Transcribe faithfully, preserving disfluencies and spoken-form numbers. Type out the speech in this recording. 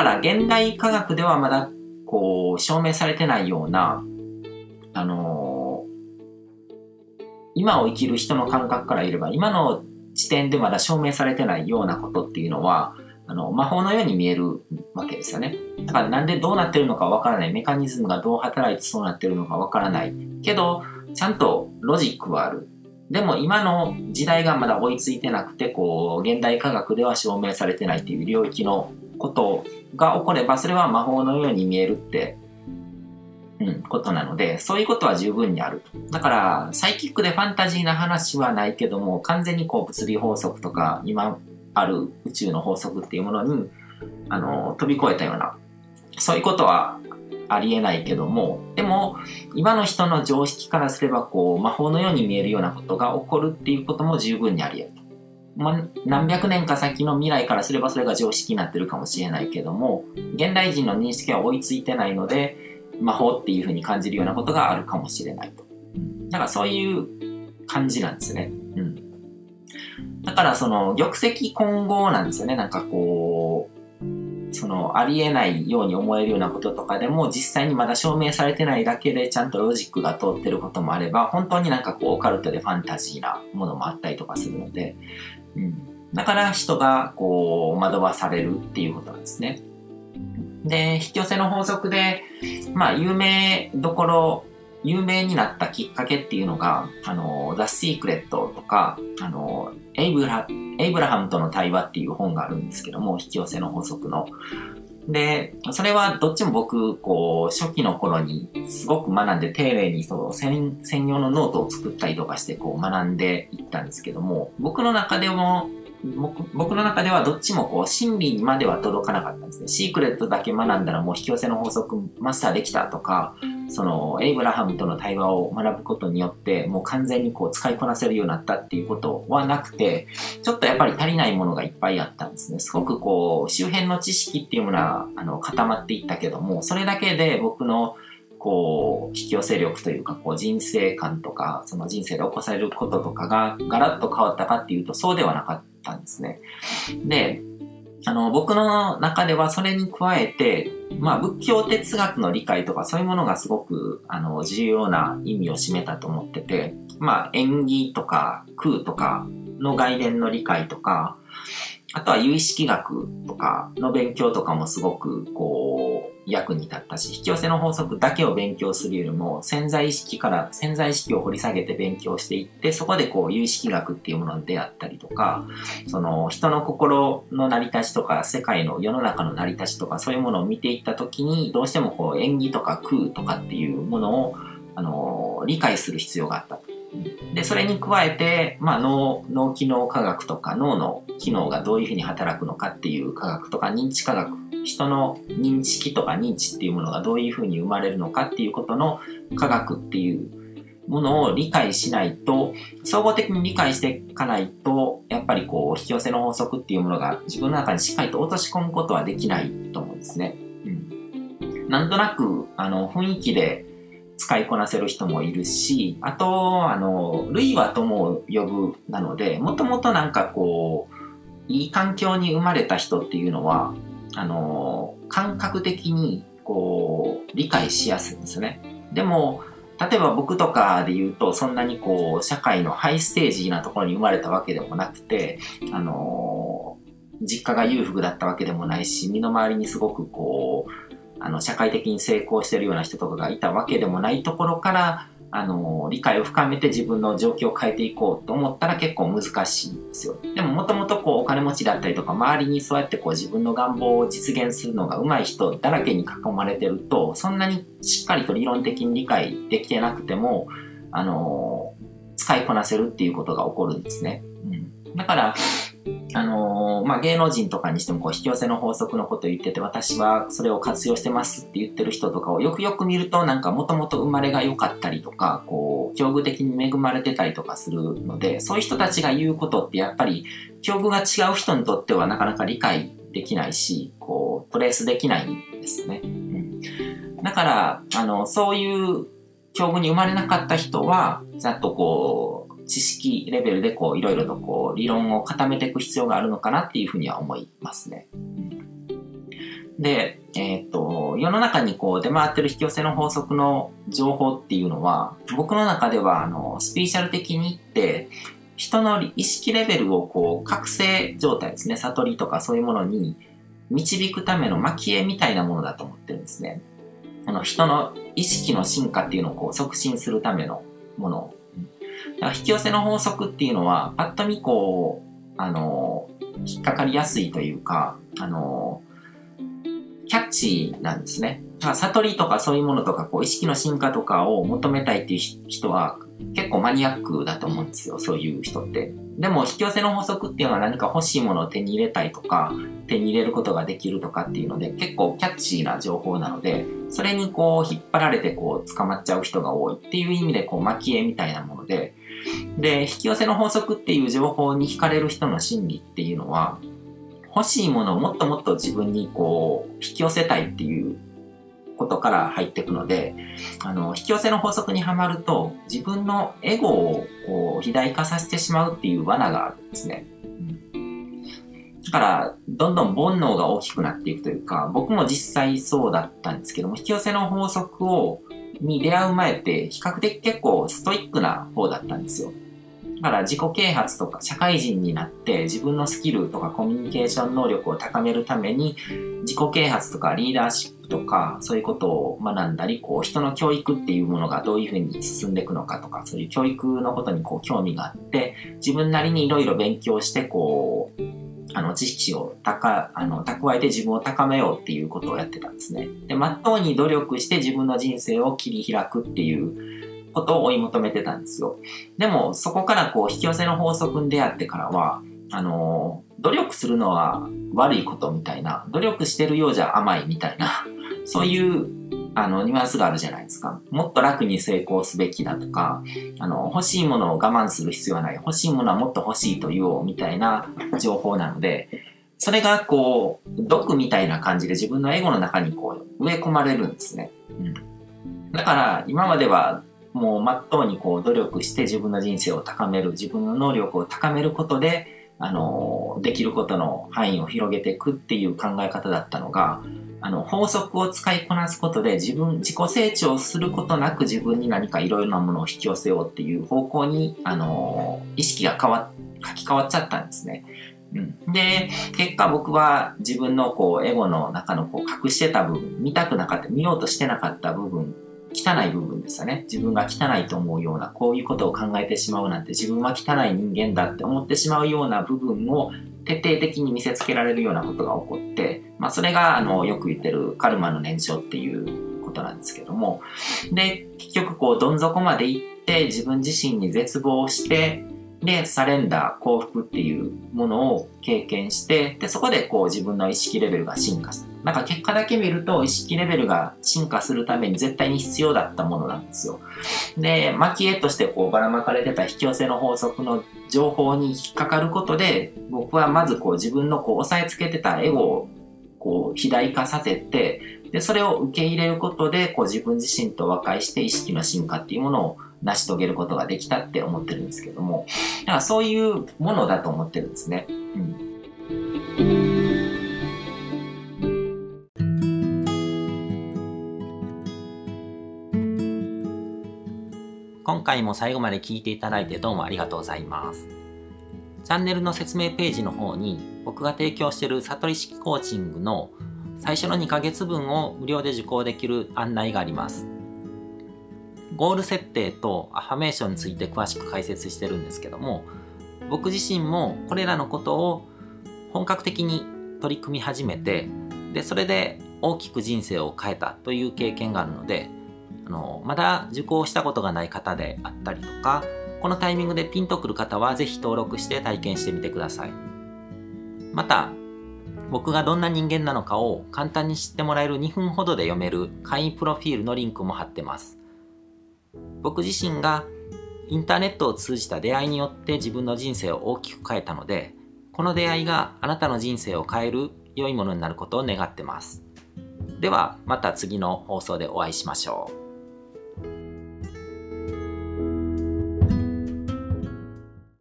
から現代科学ではまだこう証明されてないような、あのー、今を生きる人の感覚から言えば今の時点でまだ証明されてないようなことっていうのはあの魔法のように見えるわけですよね。だからなんでどうなってるのかわからない、メカニズムがどう働いてそうなってるのかわからないけどちゃんとロジックはある。でも今の時代がまだ追いついてなくてこう現代科学では証明されてないっていう領域のことが起こればそれは魔法のように見えるって、うん、ことなのでそういうことは十分にある。だからサイキックでファンタジーな話はないけども完全にこう物理法則とか今ある宇宙の法則っていうものにあの飛び越えたようなそういうことはありえないけどもでも今の人の常識からすればこう魔法のように見えるようなことが起こるっていうことも十分にあり得ると。まあ、何百年か先の未来からすればそれが常識になってるかもしれないけども現代人の認識は追いついてないので魔法っていう風に感じるようなことがあるかもしれないと。だからそういう感じなんですね。うん。だからその玉石混合なんですよね。なんかこうそのありえないように思えるようなこととかでも実際にまだ証明されてないだけでちゃんとロジックが通ってることもあれば本当になんかこうオカルトでファンタジーなものもあったりとかするので、うん、だから人がこう惑わされるっていうことなんですね。で、引き寄せの法則でまあ有名どころ有名になったきっかけっていうのがあのザ・シークレットとかあのエイブラエイブラハムとの対話っていう本があるんですけども引き寄せの法則のでそれはどっちも僕こう初期の頃にすごく学んで丁寧にそう専用のノートを作ったりとかしてこう学んでいったんですけども僕の中でも僕, 僕の中ではどっちもこう真理にまでは届かなかったんですね。シークレットだけ学んだらもう引き寄せの法則マスターできたとかそのエイブラハムとの対話を学ぶことによってもう完全にこう使いこなせるようになったっていうことはなくてちょっとやっぱり足りないものがいっぱいあったんですね。すごくこう周辺の知識っていうものはあの固まっていったけどもそれだけで僕のこう引き寄せ力というかこう人生観とかその人生で起こされることとかがガラッと変わったかっていうとそうではなかったんですね。であの僕の中ではそれに加えて、まあ、仏教哲学の理解とかそういうものがすごくあの重要な意味を占めたと思ってて、まあ、縁起とか空とかの概念の理解とかあとは有意識学とかの勉強とかもすごくこう役に立ったし引き寄せの法則だけを勉強するよりも潜在意識から潜在意識を掘り下げて勉強していってそこでこう有意識学っていうものに出会ったりとかその人の心の成り立ちとか世界の世の中の成り立ちとかそういうものを見ていった時にどうしてもこう縁起とか空とかっていうものをあの理解する必要があったと。でそれに加えて、まあ、脳、脳機能科学とか脳の機能がどういうふうに働くのかっていう科学とか認知科学人の認識とか認知っていうものがどういうふうに生まれるのかっていうことの科学っていうものを理解しないと総合的に理解していかないとやっぱりこう引き寄せの法則っていうものが自分の中にしっかりと落とし込むことはできないと思うんですね。うん、なんとなくあの雰囲気で使いこなせる人もいるしあとあの類は友を呼ぶなのでもともとなんかこういい環境に生まれた人っていうのはあの感覚的にこう理解しやすいんですね。でも例えば僕とかで言うとそんなにこう社会のハイステージなところに生まれたわけでもなくてあの実家が裕福だったわけでもないし身の回りにすごくこうあの社会的に成功しているような人とかがいたわけでもないところからあの理解を深めて自分の状況を変えていこうと思ったら結構難しいんですよ。でももともとこうお金持ちだったりとか周りにそうやってこう自分の願望を実現するのが上手い人だらけに囲まれてるとそんなにしっかりと理論的に理解できてなくてもあの使いこなせるっていうことが起こるんですね。うん、だからあのーまあ、芸能人とかにしてもこう引き寄せの法則のことを言ってて私はそれを活用してますって言ってる人とかをよくよく見るとなんかもともと生まれが良かったりとかこう境遇的に恵まれてたりとかするのでそういう人たちが言うことってやっぱり境遇が違う人にとってはなかなか理解できないしこうトレースできないんですよね。うん、だからあのそういう境遇に生まれなかった人はちゃんとこう知識レベルでこういろいろとこう理論を固めていく必要があるのかなっていうふうには思いますね。 で、えっと、世の中にこう出回ってる引き寄せの法則の情報っていうのは、僕の中では、あの、スピリチュアル的に言って、人の意識レベルをこう、覚醒状態ですね、悟りとかそういうものに導くための蒔絵みたいなものだと思ってるんですね。あの、人の意識の進化っていうのをこう、促進するためのもの。だから引き寄せの法則っていうのは、パッと見こう、あの、引っかかりやすいというか、あの、キャッチーなんですね。だから悟りとかそういうものとか、こう意識の進化とかを求めたいっていう人は結構マニアックだと思うんですよ、そういう人って。でも引き寄せの法則っていうのは何か欲しいものを手に入れたいとか、手に入れることができるとかっていうので、結構キャッチーな情報なので、それにこう引っ張られてこう捕まっちゃう人が多いっていう意味で、こう蒔絵みたいなもので、で、引き寄せの法則っていう情報に惹かれる人の心理っていうのは、欲しいものをもっともっと自分にこう引き寄せたいっていうことから入っていくので、あの、引き寄せの法則にはまると自分のエゴをこう肥大化させてしまうっていう罠があるんですね。だから、どんどん煩悩が大きくなっていくというか、僕も実際そうだったんですけども、引き寄せの法則をに出会う前って比較的結構ストイックな方だったんですよ。だから自己啓発とか社会人になって自分のスキルとかコミュニケーション能力を高めるために自己啓発とかリーダーシップとかそういうことを学んだり、こう人の教育っていうものがどういうふうに進んでいくのかとか、そういう教育のことにこう興味があって、自分なりにいろいろ勉強してこう、あの知識を高あの蓄えて自分を高めようっていうことをやってたんですね。で、まっとうに努力して自分の人生を切り開くっていうことを追い求めてたんですよ。でもそこからこう引き寄せの法則に出会ってからは、あの努力するのは悪いことみたいな、努力してるようじゃ甘いみたいな、そういうあのニュアンスがあるじゃないですか。もっと楽に成功すべきだとか、あの欲しいものを我慢する必要はない、欲しいものはもっと欲しいと言おうみたいな情報なので、それがこう毒みたいな感じで自分のエゴの中にこう植え込まれるんですね。うん、だから今まではもうまっとうにこう努力して自分の人生を高める、自分の能力を高めることで、あの、できることの範囲を広げていくっていう考え方だったのが、あの、法則を使いこなすことで自分、自己成長することなく自分に何かいろいろなものを引き寄せようっていう方向に、あの、意識が変わっ、書き換わっちゃったんですね。うん、で、結果僕は自分のこう、エゴの中のこう、隠してた部分、見たくなかった、見ようとしてなかった部分、汚い部分ですよね。自分が汚いと思うような、こういうことを考えてしまうなんて、自分は汚い人間だって思ってしまうような部分を徹底的に見せつけられるようなことが起こって、まあそれがあのよく言ってるカルマの燃焼っていうことなんですけども、で、結局こうどん底まで行って自分自身に絶望して、で、サレンダー、幸福っていうものを経験して、で、そこでこう自分の意識レベルが進化する。なんか結果だけ見ると意識レベルが進化するために絶対に必要だったものなんですよ。で、蒔絵としてこうばらまかれてた引き寄せの法則の情報に引っかかることで、僕はまずこう自分のこう押さえつけてたエゴをこう肥大化させて、で、それを受け入れることで、こう自分自身と和解して意識の進化っていうものを成し遂げることができたって思ってるんですけども、だからそういうものだと思ってるんですね。うん。今回も最後まで聞いていただいてどうもありがとうございます。チャンネルの説明ページの方に僕が提供している悟り式コーチングの最初のにかげつぶんを無料で受講できる案内があります。ゴール設定とアファメーションについて詳しく解説してるんですけども、僕自身もこれらのことを本格的に取り組み始めて、でそれで大きく人生を変えたという経験があるので、あのまだ受講したことがない方であったりとか、このタイミングでピンとくる方はぜひ登録して体験してみてください。また僕がどんな人間なのかを簡単に知ってもらえるにふんほどで読める会員プロフィールのリンクも貼ってます。僕自身がインターネットを通じた出会いによって自分の人生を大きく変えたので、この出会いがあなたの人生を変える良いものになることを願ってます。ではまた次の放送でお会いしましょう。